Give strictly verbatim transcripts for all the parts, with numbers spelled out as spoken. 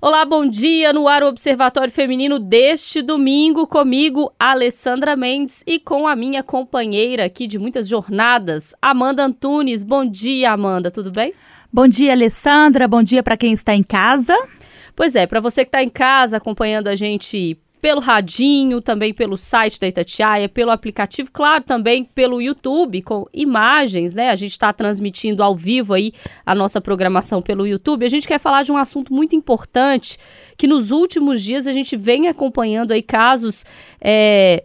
Olá, bom dia, no ar o Observatório Feminino deste domingo, comigo, Alessandra Mendes, e com a minha companheira aqui de muitas jornadas, Amanda Antunes. Bom dia, Amanda, tudo bem? Bom dia, Alessandra, bom dia para quem está em casa. Pois é, para você que está em casa acompanhando a gente pelo radinho, também pelo site da Itatiaia, pelo aplicativo, claro, também pelo YouTube, com imagens, né? A gente está transmitindo ao vivo aí a nossa programação pelo YouTube. A gente quer falar de um assunto muito importante, que nos últimos dias a gente vem acompanhando aí casos é,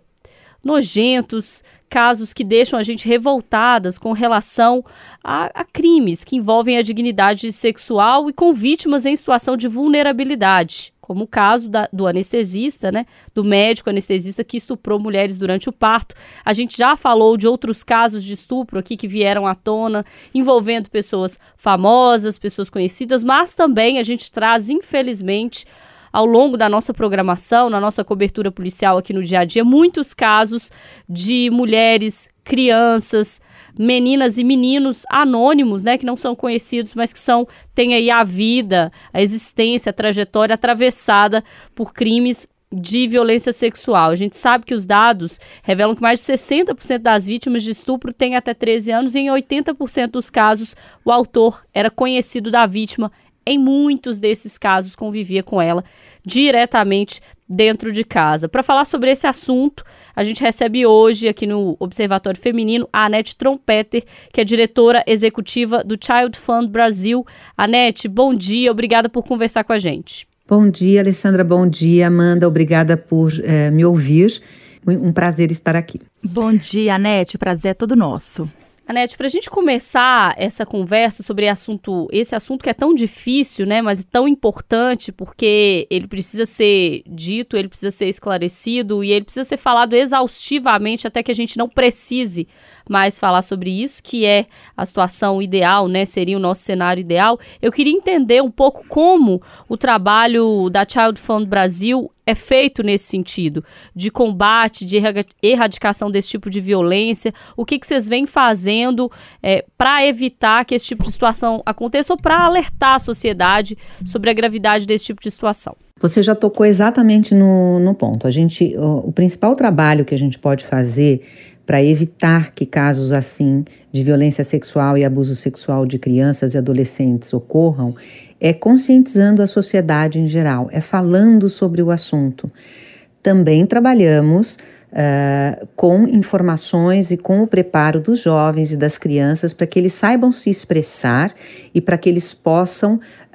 nojentos, casos que deixam a gente revoltadas com relação a, a crimes que envolvem a dignidade sexual e com vítimas em situação de vulnerabilidade, como o caso da, do anestesista, né, do médico anestesista que estuprou mulheres durante o parto. A gente já falou de outros casos de estupro aqui que vieram à tona, envolvendo pessoas famosas, pessoas conhecidas, mas também a gente traz, infelizmente, ao longo da nossa programação, na nossa cobertura policial aqui no dia a dia, muitos casos de mulheres, crianças, meninas e meninos anônimos, né, que não são conhecidos, mas que são, têm aí a vida, a existência, a trajetória atravessada por crimes de violência sexual. A gente sabe que os dados revelam que mais de sessenta por cento das vítimas de estupro têm até treze anos e em oitenta por cento dos casos o autor era conhecido da vítima. Em muitos desses casos convivia com ela diretamente dentro de casa. Para falar sobre esse assunto, a gente recebe hoje aqui no Observatório Feminino a Anete Trompeter, que é diretora executiva do Child Fund Brasil. Anete, bom dia, obrigada por conversar com a gente. Bom dia, Alessandra, bom dia, Amanda, obrigada por eh, me ouvir. Um prazer estar aqui. Bom dia, Anete, o prazer é todo nosso. Anete, para a gente começar essa conversa sobre assunto, esse assunto que é tão difícil, né, mas tão importante, porque ele precisa ser dito, ele precisa ser esclarecido e ele precisa ser falado exaustivamente até que a gente não precise mais falar sobre isso, que é a situação ideal, né, seria o nosso cenário ideal. Eu queria entender um pouco como o trabalho da Child Fund Brasil é feito nesse sentido, de combate, de erradicação desse tipo de violência. O que, que vocês vêm fazendo é, para evitar que esse tipo de situação aconteça ou para alertar a sociedade sobre a gravidade desse tipo de situação? Você já tocou exatamente no, no ponto. A gente, o, o principal trabalho que a gente pode fazer para evitar que casos assim de violência sexual e abuso sexual de crianças e adolescentes ocorram é conscientizando a sociedade em geral, é falando sobre o assunto. Também trabalhamos uh, com informações e com o preparo dos jovens e das crianças para que eles saibam se expressar e para que eles possam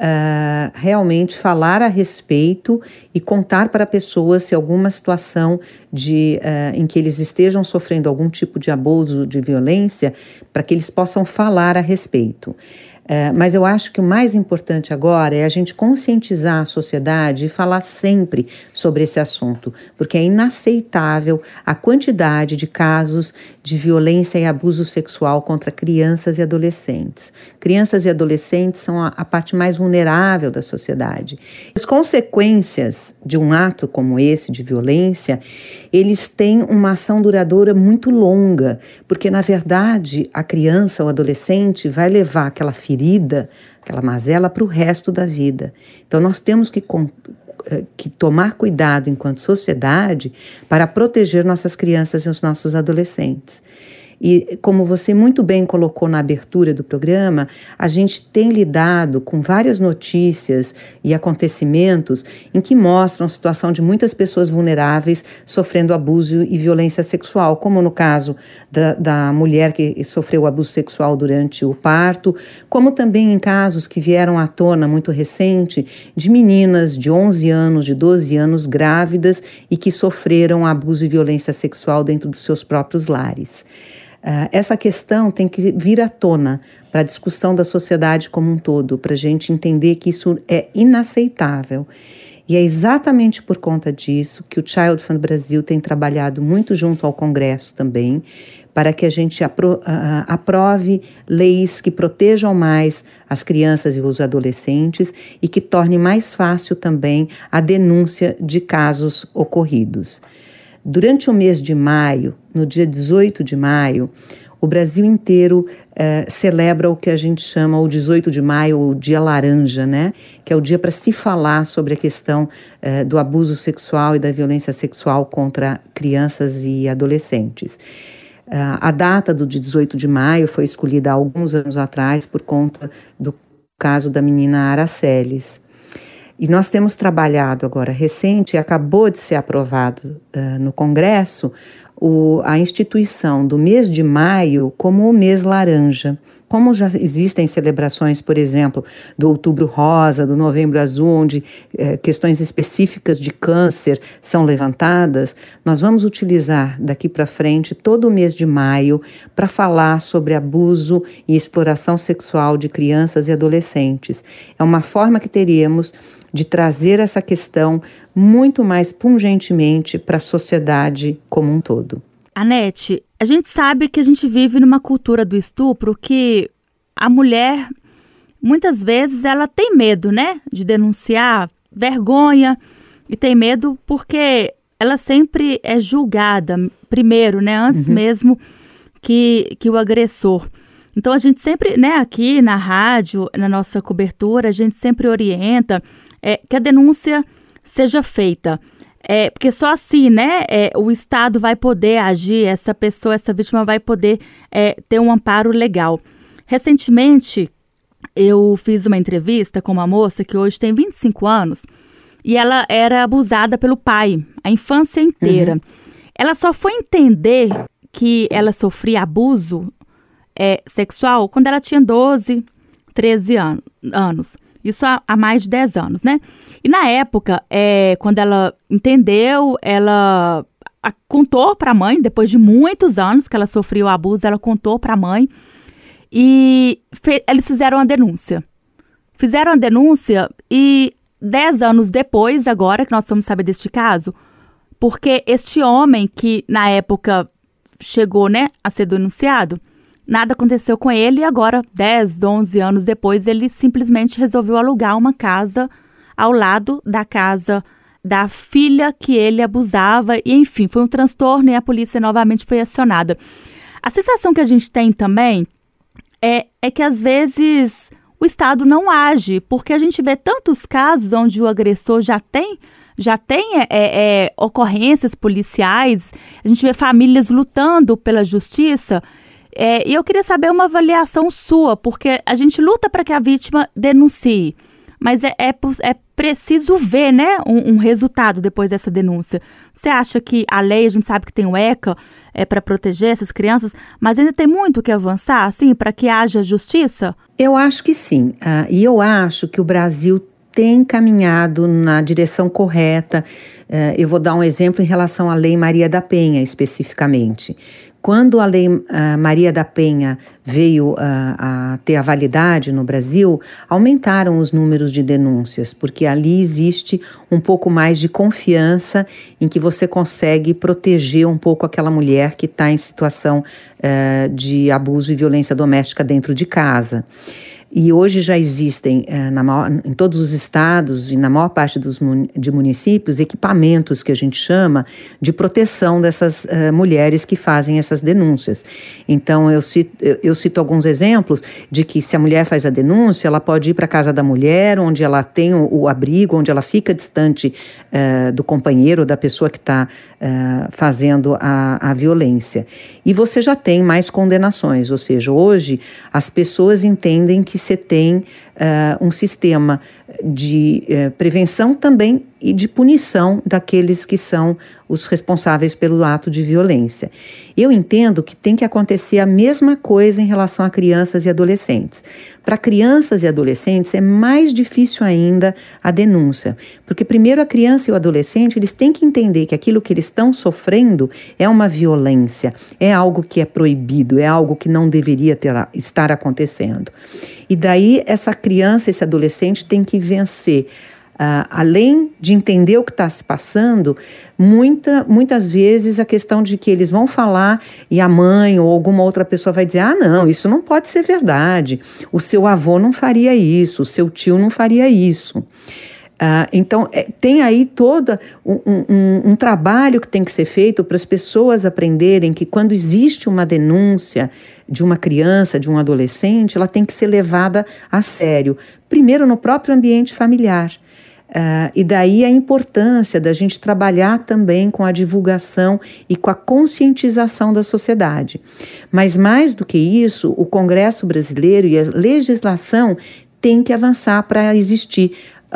uh, realmente falar a respeito e contar para pessoas se alguma situação de, uh, em que eles estejam sofrendo algum tipo de abuso, de violência, para que eles possam falar a respeito. Uh, mas eu acho que o mais importante agora é a gente conscientizar a sociedade e falar sempre sobre esse assunto, porque é inaceitável a quantidade de casos de violência e abuso sexual contra crianças e adolescentes. Crianças e adolescentes são a, a parte mais vulnerável da sociedade. As consequências de um ato como esse, de violência, eles têm uma ação duradoura muito longa, porque, na verdade, a criança ou adolescente vai levar aquela ferida, aquela mazela para o resto da vida. Então, nós temos que, que tomar cuidado enquanto sociedade para proteger nossas crianças e os nossos adolescentes. E como você muito bem colocou na abertura do programa, a gente tem lidado com várias notícias e acontecimentos em que mostram a situação de muitas pessoas vulneráveis sofrendo abuso e violência sexual, como no caso da, da mulher que sofreu abuso sexual durante o parto, como também em casos que vieram à tona muito recente de meninas de onze anos, de doze anos grávidas e que sofreram abuso e violência sexual dentro dos seus próprios lares. Uh, essa questão tem que vir à tona para a discussão da sociedade como um todo, para a gente entender que isso é inaceitável. E é exatamente por conta disso que o Child Fund Brasil tem trabalhado muito junto ao Congresso também, para que a gente apro- uh, aprove leis que protejam mais as crianças e os adolescentes e que torne mais fácil também a denúncia de casos ocorridos. Durante o mês de maio, no dia dezoito de maio, o Brasil inteiro uh, celebra o que a gente chama o dezoito de maio, o Dia Laranja, né? Que é o dia para se falar sobre a questão uh, do abuso sexual e da violência sexual contra crianças e adolescentes. Uh, a data do dia dezoito de maio foi escolhida há alguns anos atrás por conta do caso da menina Araceles. E nós temos trabalhado agora, recente, acabou de ser aprovado uh, no Congresso, o, a instituição do mês de maio como o mês laranja. Como já existem celebrações, por exemplo, do Outubro Rosa, do Novembro Azul, onde eh, questões específicas de câncer são levantadas, nós vamos utilizar daqui para frente todo o mês de maio para falar sobre abuso e exploração sexual de crianças e adolescentes. É uma forma que teríamos de trazer essa questão muito mais pungentemente para a sociedade como um todo. Anete, a gente sabe que a gente vive numa cultura do estupro que a mulher, muitas vezes, ela tem medo, né, de denunciar, vergonha, e tem medo porque ela sempre é julgada primeiro, né, antes uhum. mesmo que, que o agressor. Então, a gente sempre, né, aqui na rádio, na nossa cobertura, a gente sempre orienta é, que a denúncia seja feita. É, porque só assim, né, é, o Estado vai poder agir, essa pessoa, essa vítima vai poder é, ter um amparo legal. Recentemente, eu fiz uma entrevista com uma moça que hoje tem vinte e cinco anos e ela era abusada pelo pai, a infância inteira. Uhum. Ela só foi entender que ela sofria abuso é, sexual quando ela tinha doze, treze an- anos. Isso há, há mais de dez anos, né? E na época, é, quando ela entendeu, ela a, contou para a mãe, depois de muitos anos que ela sofreu o abuso, ela contou para a mãe e fe, eles fizeram a denúncia. Fizeram a denúncia e dez anos depois, agora que nós vamos saber deste caso, porque este homem que na época chegou, né, a ser denunciado, nada aconteceu com ele e agora, dez, onze anos depois, ele simplesmente resolveu alugar uma casa ao lado da casa da filha que ele abusava. E, enfim, foi um transtorno e a polícia novamente foi acionada. A sensação que a gente tem também é, é que, às vezes, o Estado não age, porque a gente vê tantos casos onde o agressor já tem... Já tem é, é, ocorrências policiais, a gente vê famílias lutando pela justiça. É, e eu queria saber uma avaliação sua, porque a gente luta para que a vítima denuncie, mas é, é, é preciso ver, né, um, um resultado depois dessa denúncia. Você acha que a lei, a gente sabe que tem o ECA é, para proteger essas crianças, mas ainda tem muito que avançar, assim, para que haja justiça? Eu acho que sim, uh, e eu acho que o Brasil tem caminhado na direção correta. Uh, eu vou dar um exemplo em relação à Lei Maria da Penha, especificamente. Quando a Lei uh, Maria da Penha veio uh, a ter a validade no Brasil, aumentaram os números de denúncias, porque ali existe um pouco mais de confiança em que você consegue proteger um pouco aquela mulher que está em situação uh, de abuso e violência doméstica dentro de casa. E hoje já existem eh, na maior, em todos os estados e na maior parte dos mun- de municípios equipamentos que a gente chama de proteção dessas eh, mulheres que fazem essas denúncias. Então eu cito, eu, eu cito alguns exemplos de que se a mulher faz a denúncia, ela pode ir para a casa da mulher, onde ela tem o, o abrigo, onde ela fica distante eh, do companheiro, da pessoa que está eh, fazendo a, a violência. E você já tem mais condenações, ou seja, hoje as pessoas entendem que você tem uh, um sistema de uh, prevenção também e de punição daqueles que são os responsáveis pelo ato de violência. Eu entendo que tem que acontecer a mesma coisa em relação a crianças e adolescentes. Para crianças e adolescentes é mais difícil ainda a denúncia, porque primeiro a criança e o adolescente eles têm que entender que aquilo que eles estão sofrendo é uma violência, é algo que é proibido, é algo que não deveria ter, estar acontecendo. E daí essa criança, esse adolescente tem que vencer, uh, além de entender o que está se passando, muita, muitas vezes a questão de que eles vão falar e a mãe ou alguma outra pessoa vai dizer, ah não, isso não pode ser verdade, o seu avô não faria isso, o seu tio não faria isso. Uh, então, é, tem aí todo um, um, um trabalho que tem que ser feito para as pessoas aprenderem que quando existe uma denúncia de uma criança, de um adolescente, ela tem que ser levada a sério. Primeiro, no próprio ambiente familiar. Uh, e daí a importância da gente trabalhar também com a divulgação e com a conscientização da sociedade. Mas mais do que isso, o Congresso brasileiro e a legislação têm que avançar para existir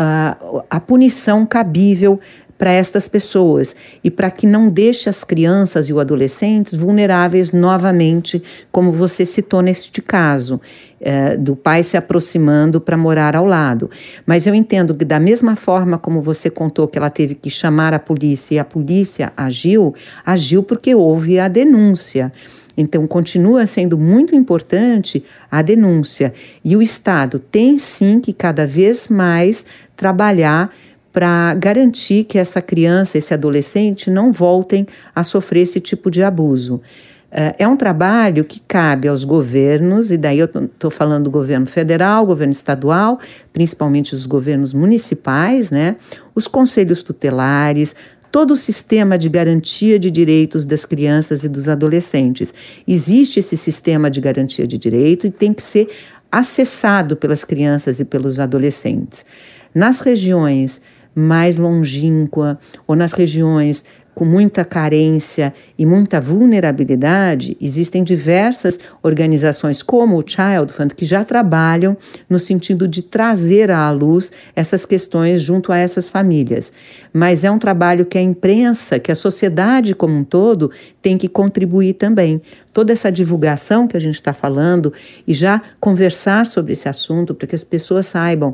Uh, a punição cabível para estas pessoas e para que não deixe as crianças e os adolescentes vulneráveis novamente, como você citou neste caso, uh, do pai se aproximando para morar ao lado. Mas eu entendo que da mesma forma como você contou que ela teve que chamar a polícia e a polícia agiu, agiu porque houve a denúncia. Então, continua sendo muito importante a denúncia. E o Estado tem, sim, que cada vez mais trabalhar para garantir que essa criança, esse adolescente, não voltem a sofrer esse tipo de abuso. É um trabalho que cabe aos governos, e daí eu estou falando do governo federal, governo estadual, principalmente os governos municipais, né? Os conselhos tutelares, todo o sistema de garantia de direitos das crianças e dos adolescentes. Existe esse sistema de garantia de direito e tem que ser acessado pelas crianças e pelos adolescentes. Nas regiões mais longínquas ou nas regiões com muita carência e muita vulnerabilidade, existem diversas organizações como o Child Fund que já trabalham no sentido de trazer à luz essas questões junto a essas famílias. Mas é um trabalho que a imprensa, que a sociedade como um todo tem que contribuir também. Toda essa divulgação que a gente está falando e já conversar sobre esse assunto para que as pessoas saibam,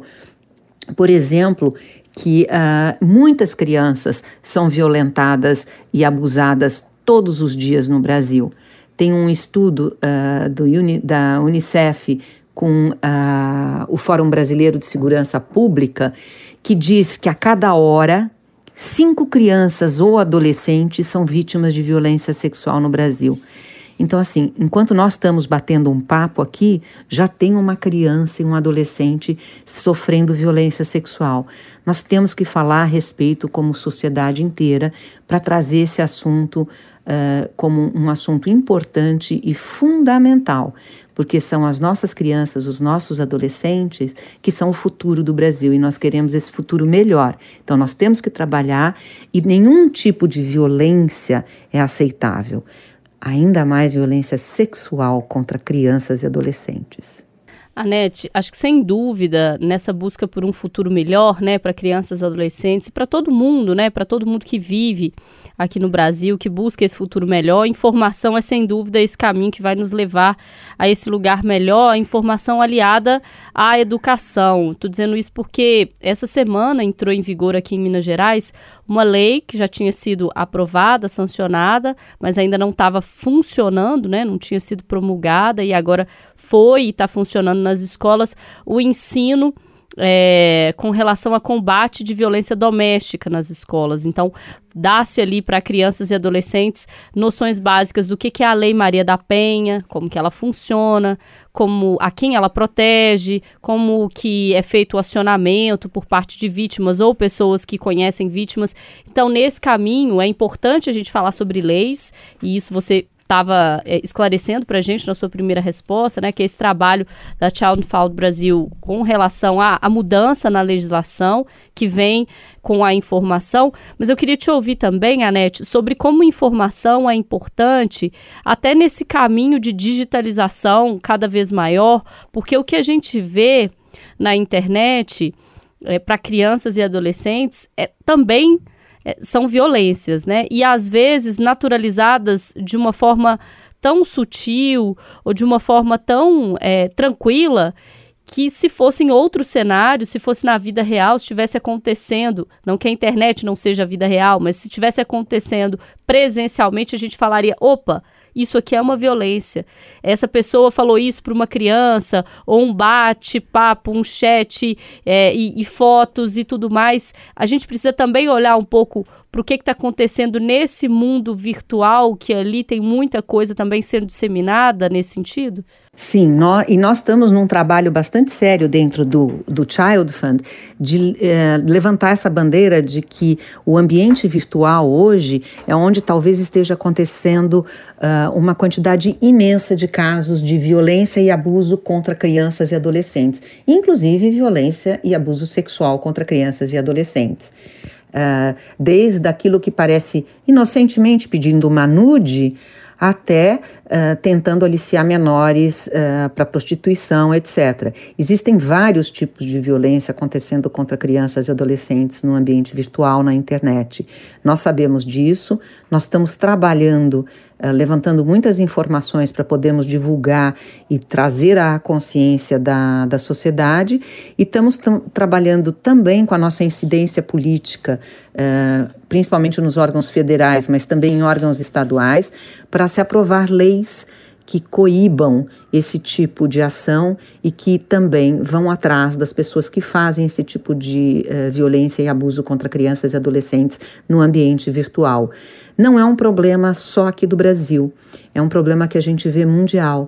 por exemplo, que uh, muitas crianças são violentadas e abusadas todos os dias no Brasil. Tem um estudo uh, do Uni, da Unicef com uh, o Fórum Brasileiro de Segurança Pública que diz que a cada hora cinco crianças ou adolescentes são vítimas de violência sexual no Brasil. Então, assim, enquanto nós estamos batendo um papo aqui, já tem uma criança e um adolescente sofrendo violência sexual. Nós temos que falar a respeito como sociedade inteira para trazer esse assunto uh, como um assunto importante e fundamental, porque são as nossas crianças, os nossos adolescentes que são o futuro do Brasil e nós queremos esse futuro melhor. Então, nós temos que trabalhar e nenhum tipo de violência é aceitável. Ainda mais violência sexual contra crianças e adolescentes. Anete, acho que sem dúvida, nessa busca por um futuro melhor, né, para crianças e adolescentes, e para todo mundo, né, para todo mundo que vive aqui no Brasil, que busca esse futuro melhor, informação é sem dúvida esse caminho que vai nos levar a esse lugar melhor, a informação aliada à educação. Estou dizendo isso porque essa semana entrou em vigor aqui em Minas Gerais uma lei que já tinha sido aprovada, sancionada, mas ainda não estava funcionando, né, não tinha sido promulgada e agora foi e está funcionando nas escolas o ensino É, com relação a combate de violência doméstica nas escolas. Então, dá-se ali para crianças e adolescentes noções básicas do que, que é a Lei Maria da Penha, como que ela funciona, como, a quem ela protege, como que é feito o acionamento por parte de vítimas ou pessoas que conhecem vítimas. Então, nesse caminho, é importante a gente falar sobre leis, e isso você estava é, esclarecendo para a gente na sua primeira resposta, né, que é esse trabalho da Child Fund Brasil com relação à, à mudança na legislação que vem com a informação. Mas eu queria te ouvir também, Anete, sobre como informação é importante até nesse caminho de digitalização cada vez maior, porque o que a gente vê na internet é, para crianças e adolescentes é também são violências, né? E às vezes naturalizadas de uma forma tão sutil ou de uma forma tão é, tranquila que se fosse em outro cenário, se fosse na vida real, se estivesse acontecendo, não que a internet não seja a vida real, mas se estivesse acontecendo presencialmente, a gente falaria, opa, isso aqui é uma violência. Essa pessoa falou isso para uma criança, ou um bate-papo, um chat é, e, e fotos e tudo mais. A gente precisa também olhar um pouco para o que está acontecendo nesse mundo virtual, que ali tem muita coisa também sendo disseminada nesse sentido? Sim, nós, e nós estamos num trabalho bastante sério dentro do, do Child Fund de eh, levantar essa bandeira de que o ambiente virtual hoje é onde talvez esteja acontecendo uh, uma quantidade imensa de casos de violência e abuso contra crianças e adolescentes, inclusive violência e abuso sexual contra crianças e adolescentes. Uh, desde aquilo que parece inocentemente pedindo uma nude, até uh, tentando aliciar menores uh, para prostituição, etcétera. Existem vários tipos de violência acontecendo contra crianças e adolescentes no ambiente virtual, na internet. Nós sabemos disso, nós estamos trabalhando, uh, levantando muitas informações para podermos divulgar e trazer à consciência da, da sociedade, e estamos t- trabalhando também com a nossa incidência política, uh, principalmente nos órgãos federais, mas também em órgãos estaduais, para se aprovar leis que coíbam esse tipo de ação e que também vão atrás das pessoas que fazem esse tipo de uh, violência e abuso contra crianças e adolescentes no ambiente virtual. Não é um problema só aqui do Brasil, é um problema que a gente vê mundial.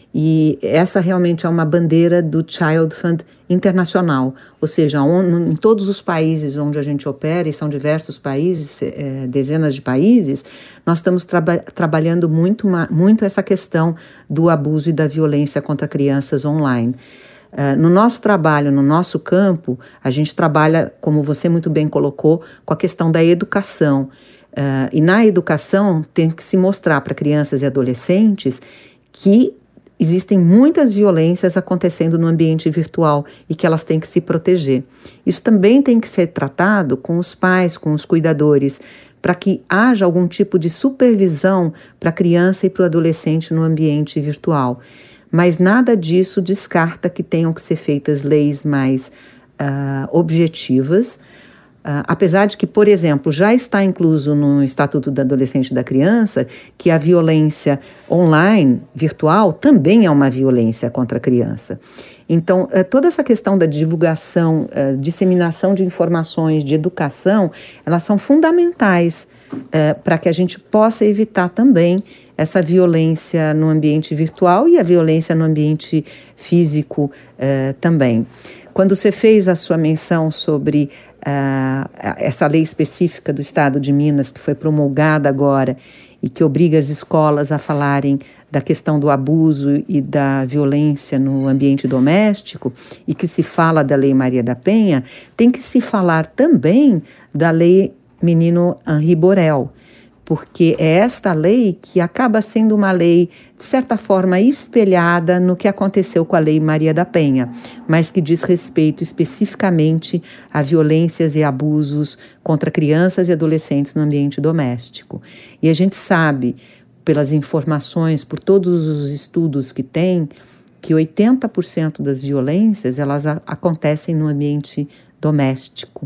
E essa realmente é uma bandeira do Child Fund internacional, ou seja, on, em todos os países onde a gente opera, e são diversos países, é, dezenas de países, nós estamos traba- trabalhando muito, muito essa questão do abuso e da violência contra crianças online. Uh, no nosso trabalho, no nosso campo, a gente trabalha, como você muito bem colocou, com a questão da educação. Uh, e na educação tem que se mostrar para crianças e adolescentes que existem muitas violências acontecendo no ambiente virtual e que elas têm que se proteger. Isso também tem que ser tratado com os pais, com os cuidadores, para que haja algum tipo de supervisão para a criança e para o adolescente no ambiente virtual. Mas nada disso descarta que tenham que ser feitas leis mais uh, objetivas, Uh, apesar de que, por exemplo, já está incluso no Estatuto do Adolescente e da Criança que a violência online, virtual, também é uma violência contra a criança. Então, uh, toda essa questão da divulgação, uh, disseminação de informações, de educação, elas são fundamentais uh, para que a gente possa evitar também essa violência no ambiente virtual e a violência no ambiente físico uh, também. Quando você fez a sua menção sobre uh, essa lei específica do Estado de Minas, que foi promulgada agora e que obriga as escolas a falarem da questão do abuso e da violência no ambiente doméstico, e que se fala da Lei Maria da Penha, tem que se falar também da Lei Menino Henri Borel, porque é esta lei que acaba sendo uma lei, de certa forma, espelhada no que aconteceu com a Lei Maria da Penha, mas que diz respeito especificamente a violências e abusos contra crianças e adolescentes no ambiente doméstico. E a gente sabe, pelas informações, por todos os estudos que tem, que oitenta por cento das violências elas a, acontecem no ambiente doméstico,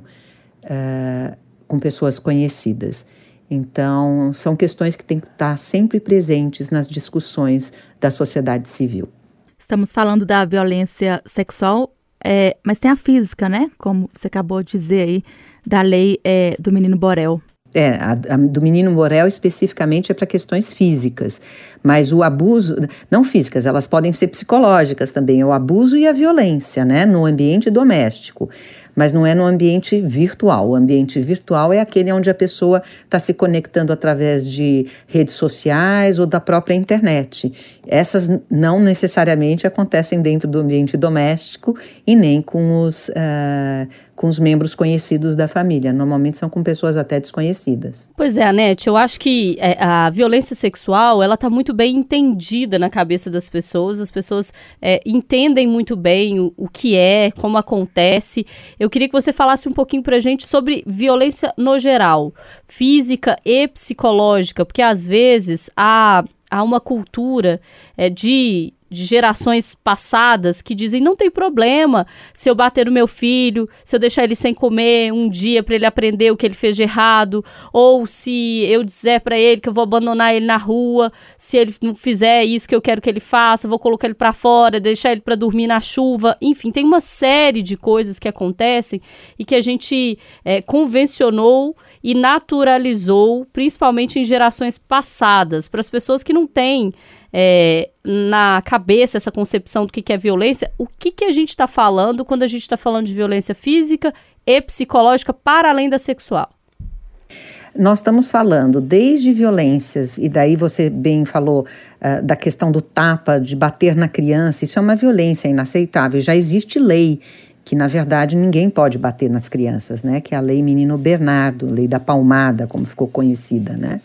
uh, com pessoas conhecidas. Então, são questões que têm que estar sempre presentes nas discussões da sociedade civil. Estamos falando da violência sexual, é, mas tem a física, né? Como você acabou de dizer aí, da lei é, do Menino Borel. É, a, a do Menino Borel especificamente é para questões físicas, mas o abuso, não físicas, elas podem ser psicológicas também, o abuso e a violência, né, no ambiente doméstico, mas não é no ambiente virtual. O ambiente virtual é aquele onde a pessoa está se conectando através de redes sociais ou da própria internet. Essas não necessariamente acontecem dentro do ambiente doméstico e nem com os, uh, com os membros conhecidos da família. Normalmente são com pessoas até desconhecidas. Pois é, Anete, eu acho que é, a violência sexual, ela está muito bem entendida na cabeça das pessoas. As pessoas é, entendem muito bem o, o que é, como acontece. Eu queria que você falasse um pouquinho pra gente sobre violência no geral, física e psicológica, porque às vezes há, há uma cultura é, de... de gerações passadas que dizem não tem problema se eu bater no meu filho, se eu deixar ele sem comer um dia para ele aprender o que ele fez de errado, ou se eu dizer para ele que eu vou abandonar ele na rua, se ele não fizer isso que eu quero que ele faça, vou colocar ele para fora, deixar ele para dormir na chuva. Enfim, tem uma série de coisas que acontecem e que a gente é, convencionou e naturalizou, principalmente em gerações passadas, para as pessoas que não têm é, na cabeça essa concepção do que, que é violência, o que, que a gente está falando quando a gente está falando de violência física e psicológica para além da sexual? Nós estamos falando desde violências, e daí você bem falou uh, da questão do tapa, de bater na criança, isso é uma violência inaceitável. Já existe lei que, na verdade, ninguém pode bater nas crianças, né? Que é a Lei Menino Bernardo, Lei da Palmada, como ficou conhecida, né?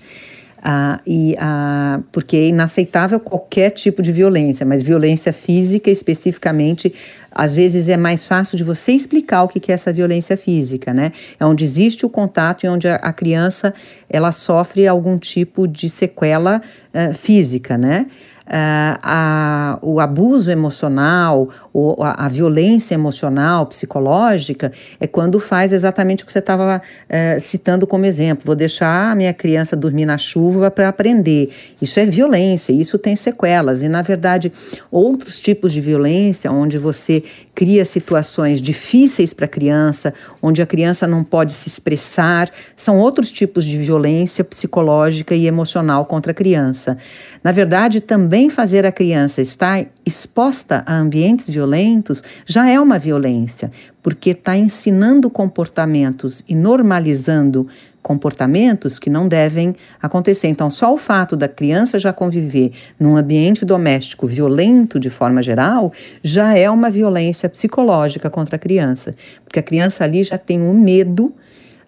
Ah, e, ah, porque é inaceitável qualquer tipo de violência, mas violência física especificamente, às vezes é mais fácil de você explicar o que é essa violência física, né? É onde existe o contato e onde a, a criança ela sofre algum tipo de sequela uh, física, né? Uh, a, o abuso emocional, ou a, a violência emocional, psicológica, é quando faz exatamente o que você estava uh, citando como exemplo. Vou deixar a minha criança dormir na chuva para aprender. Isso é violência, isso tem sequelas. E, na verdade, outros tipos de violência, onde você cria situações difíceis para a criança, onde a criança não pode se expressar, são outros tipos de violência psicológica e emocional contra a criança. Na verdade, também fazer a criança estar exposta a ambientes violentos já é uma violência, porque está ensinando comportamentos e normalizando comportamentos que não devem acontecer. Então, só o fato da criança já conviver num ambiente doméstico violento de forma geral, já é uma violência psicológica contra a criança, porque a criança ali já tem um medo uh,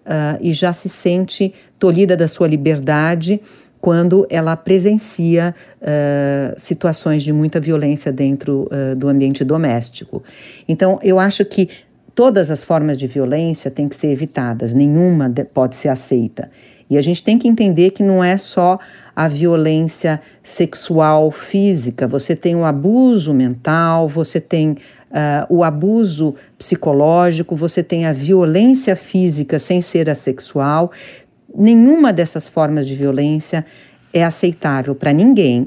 e já se sente tolhida da sua liberdade quando ela presencia uh, situações de muita violência dentro uh, do ambiente doméstico. Então, eu acho que todas as formas de violência têm que ser evitadas, nenhuma de, pode ser aceita. E a gente tem que entender que não é só a violência sexual física, você tem o abuso mental, você tem uh, o abuso psicológico, você tem a violência física sem ser a sexual. Nenhuma dessas formas de violência é aceitável para ninguém.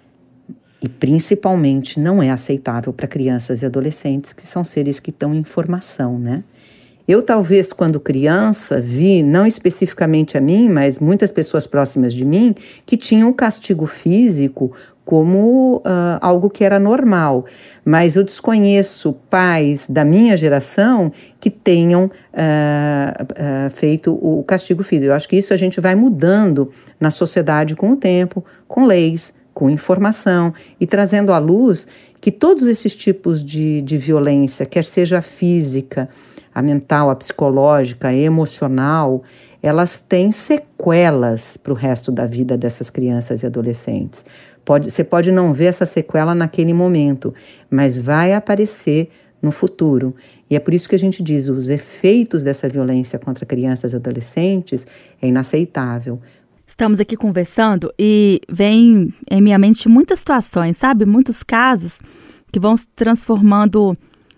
E, principalmente, não é aceitável para crianças e adolescentes, que são seres que estão em formação, né? Eu, talvez, quando criança, vi, não especificamente a mim, mas muitas pessoas próximas de mim, que tinham o castigo físico como uh, algo que era normal. Mas eu desconheço pais da minha geração que tenham uh, uh, feito o castigo físico. Eu acho que isso a gente vai mudando na sociedade com o tempo, com leis, com informação e trazendo à luz que todos esses tipos de, de violência, quer seja a física, a mental, a psicológica, a emocional, elas têm sequelas para o resto da vida dessas crianças e adolescentes. Pode, você pode não ver essa sequela naquele momento, mas vai aparecer no futuro. E é por isso que a gente diz, os efeitos dessa violência contra crianças e adolescentes é inaceitável. Estamos aqui conversando e vem em minha mente muitas situações, sabe? Muitos casos que vão se transformando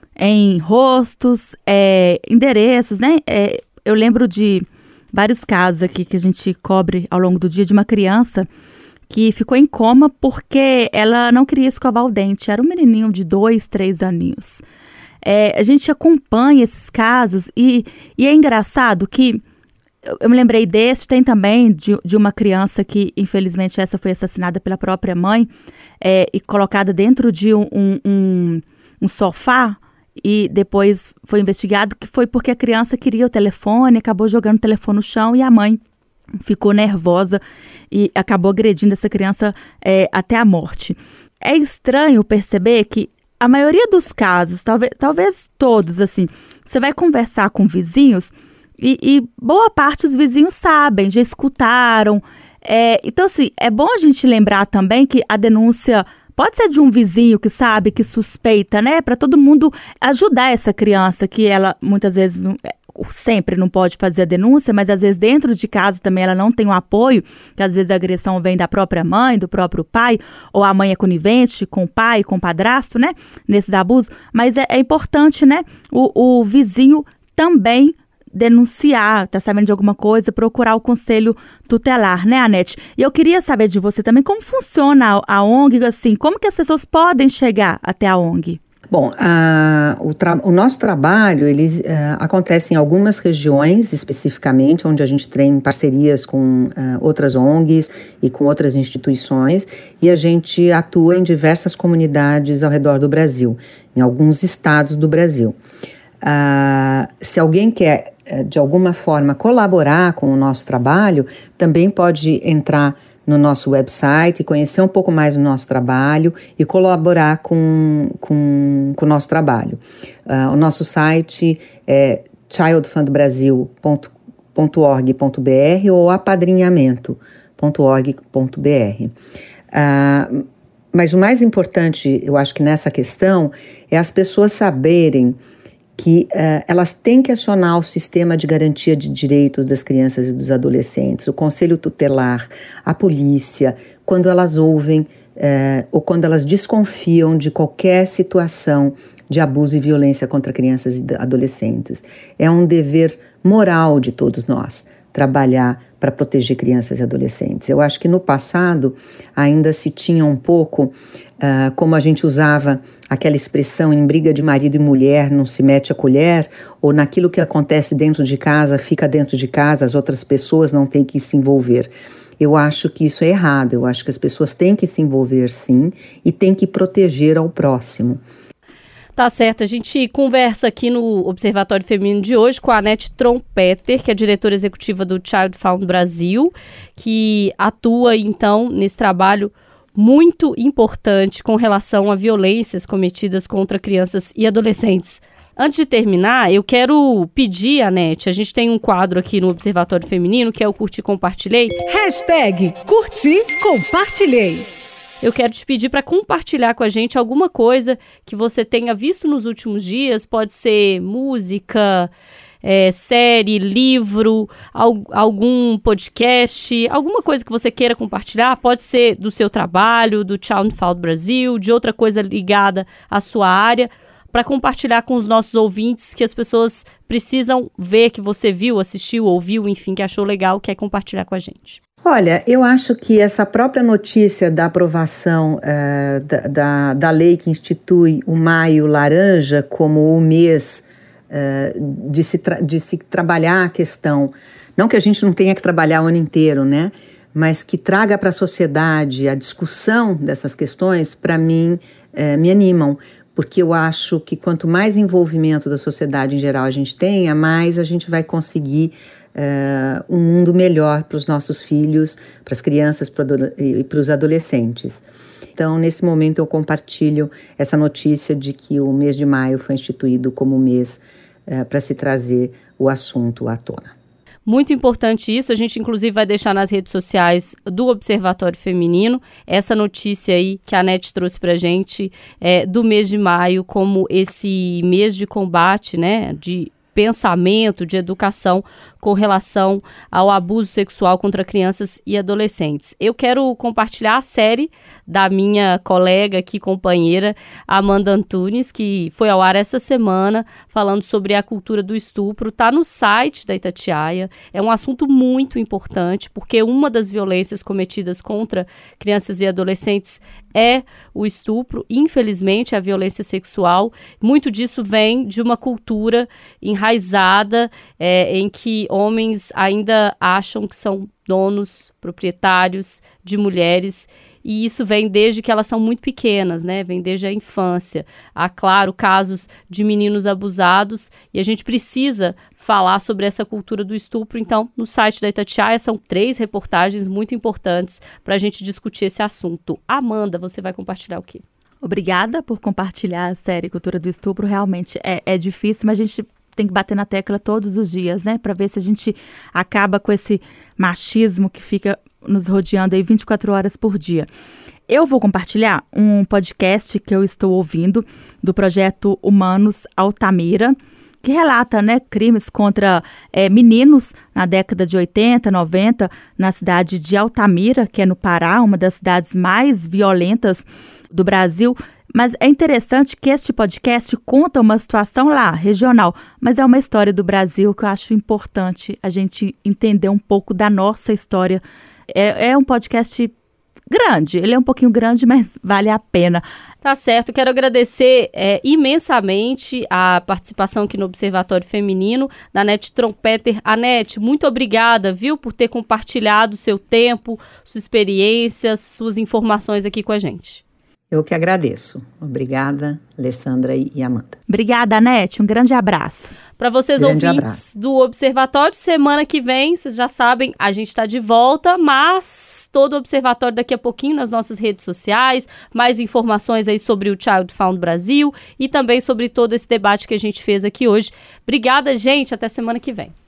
em rostos, é, endereços, né? É, eu lembro de vários casos aqui que a gente cobre ao longo do dia de uma criança que ficou em coma porque ela não queria escovar o dente. Era um menininho de dois, três aninhos. É, a gente acompanha esses casos e, e é engraçado que eu me lembrei desse, tem também de, de uma criança que, infelizmente, essa foi assassinada pela própria mãe é, e colocada dentro de um, um, um sofá e depois foi investigado que foi porque a criança queria o telefone, acabou jogando o telefone no chão e a mãe ficou nervosa e acabou agredindo essa criança é, até a morte. É estranho perceber que a maioria dos casos, talvez, talvez todos, assim, você vai conversar com vizinhos E, e boa parte dos vizinhos sabem, já escutaram. É, então, assim, é bom a gente lembrar também que a denúncia pode ser de um vizinho que sabe, que suspeita, né? Para todo mundo ajudar essa criança, que ela muitas vezes, sempre não pode fazer a denúncia, mas às vezes dentro de casa também ela não tem o apoio, que às vezes a agressão vem da própria mãe, do próprio pai, ou a mãe é conivente com o pai, com o padrasto, né? Nesses abusos. Mas é, é importante, né? O, o vizinho também denunciar, tá sabendo de alguma coisa, procurar o conselho tutelar, né, Anete? E eu queria saber de você também como funciona a, a O N G, assim, como que as pessoas podem chegar até a O N G? Bom, a, o, tra- o nosso trabalho ele, uh, acontece em algumas regiões especificamente, onde a gente tem parcerias com uh, outras O N Gs e com outras instituições, e a gente atua em diversas comunidades ao redor do Brasil, em alguns estados do Brasil. Uh, se alguém quer, uh, de alguma forma, colaborar com o nosso trabalho, também pode entrar no nosso website e conhecer um pouco mais do nosso trabalho e colaborar com, com, com o nosso trabalho. Uh, o nosso site é child fund brasil ponto org ponto b r ou apadrinhamento ponto org ponto b r. Uh, mas o mais importante, eu acho que nessa questão, é as pessoas saberem que uh, elas têm que acionar o sistema de garantia de direitos das crianças e dos adolescentes, o conselho tutelar, a polícia, quando elas ouvem uh, ou quando elas desconfiam de qualquer situação de abuso e violência contra crianças e adolescentes. É um dever moral de todos nós trabalhar para proteger crianças e adolescentes. Eu acho que no passado ainda se tinha um pouco, uh, como a gente usava aquela expressão em briga de marido e mulher, não se mete a colher, ou naquilo que acontece dentro de casa, fica dentro de casa, as outras pessoas não têm que se envolver. Eu acho que isso é errado, eu acho que as pessoas têm que se envolver sim e têm que proteger ao próximo. Tá certo, a gente conversa aqui no Observatório Feminino de hoje com a Anete Trompeter, que é diretora executiva do Child Fund Brasil, que atua então nesse trabalho muito importante com relação a violências cometidas contra crianças e adolescentes. Antes de terminar, eu quero pedir, Anete, a gente tem um quadro aqui no Observatório Feminino que é o Curti Compartilhei. Hashtag Curti Compartilhei. Eu quero te pedir para compartilhar com a gente alguma coisa que você tenha visto nos últimos dias. Pode ser música, é, série, livro, al- algum podcast, alguma coisa que você queira compartilhar. Pode ser do seu trabalho, do Child Fund Brasil, de outra coisa ligada à sua área, para compartilhar com os nossos ouvintes, que as pessoas precisam ver que você viu, assistiu, ouviu, enfim, que achou legal, quer compartilhar com a gente. Olha, eu acho que essa própria notícia da aprovação uh, da, da, da lei que institui o Maio Laranja como o mês uh, de, se tra- de se trabalhar a questão, não que a gente não tenha que trabalhar o ano inteiro, né? Mas que traga para a sociedade a discussão dessas questões, para mim, uh, me animam. Porque eu acho que quanto mais envolvimento da sociedade em geral a gente tenha, mais a gente vai conseguir Uh, um mundo melhor para os nossos filhos, para as crianças e para os adolescentes. Então, nesse momento, eu compartilho essa notícia de que o mês de maio foi instituído como mês uh, para se trazer o assunto à tona. Muito importante isso, a gente inclusive vai deixar nas redes sociais do Observatório Feminino essa notícia aí que a Anete trouxe pra gente é, do mês de maio como esse mês de combate, né, de pensamento, de educação com relação ao abuso sexual contra crianças e adolescentes. Eu quero compartilhar a série da minha colega aqui, companheira, Amanda Antunes, que foi ao ar essa semana, falando sobre a cultura do estupro. Está no site da Itatiaia. É um assunto muito importante, porque uma das violências cometidas contra crianças e adolescentes é o estupro, infelizmente, a violência sexual. Muito disso vem de uma cultura enraizada é, em que homens ainda acham que são donos, proprietários de mulheres, e isso vem desde que elas são muito pequenas, né? Vem desde a infância. Há, claro, casos de meninos abusados e a gente precisa falar sobre essa cultura do estupro. Então, no site da Itatiaia são três reportagens muito importantes para a gente discutir esse assunto. Amanda, você vai compartilhar o quê? Obrigada por compartilhar a série Cultura do Estupro. Realmente é, é difícil, mas a gente tem que bater na tecla todos os dias, né? Para ver se a gente acaba com esse machismo que fica nos rodeando aí vinte e quatro horas por dia. Eu vou compartilhar um podcast que eu estou ouvindo do projeto Humanos Altamira, que relata, né, crimes contra é, meninos na década de oitenta, noventa, na cidade de Altamira, que é no Pará, uma das cidades mais violentas do Brasil. Mas é interessante que este podcast conta uma situação lá, regional, mas é uma história do Brasil que eu acho importante a gente entender um pouco da nossa história. É, é um podcast grande. Ele é um pouquinho grande, mas vale a pena. Tá certo, quero agradecer é, imensamente a participação aqui no Observatório Feminino da Anete Trompeter. Anete, muito obrigada, viu, por ter compartilhado seu tempo, sua experiência, suas informações aqui com a gente. Eu que agradeço. Obrigada, Alessandra e Amanda. Obrigada, Anete. Um grande abraço. Para vocês, grande ouvintes abraço. do Observatório, semana que vem, vocês já sabem, a gente está de volta, mas todo o Observatório daqui a pouquinho nas nossas redes sociais, mais informações aí sobre o Child Found Brasil e também sobre todo esse debate que a gente fez aqui hoje. Obrigada, gente. Até semana que vem.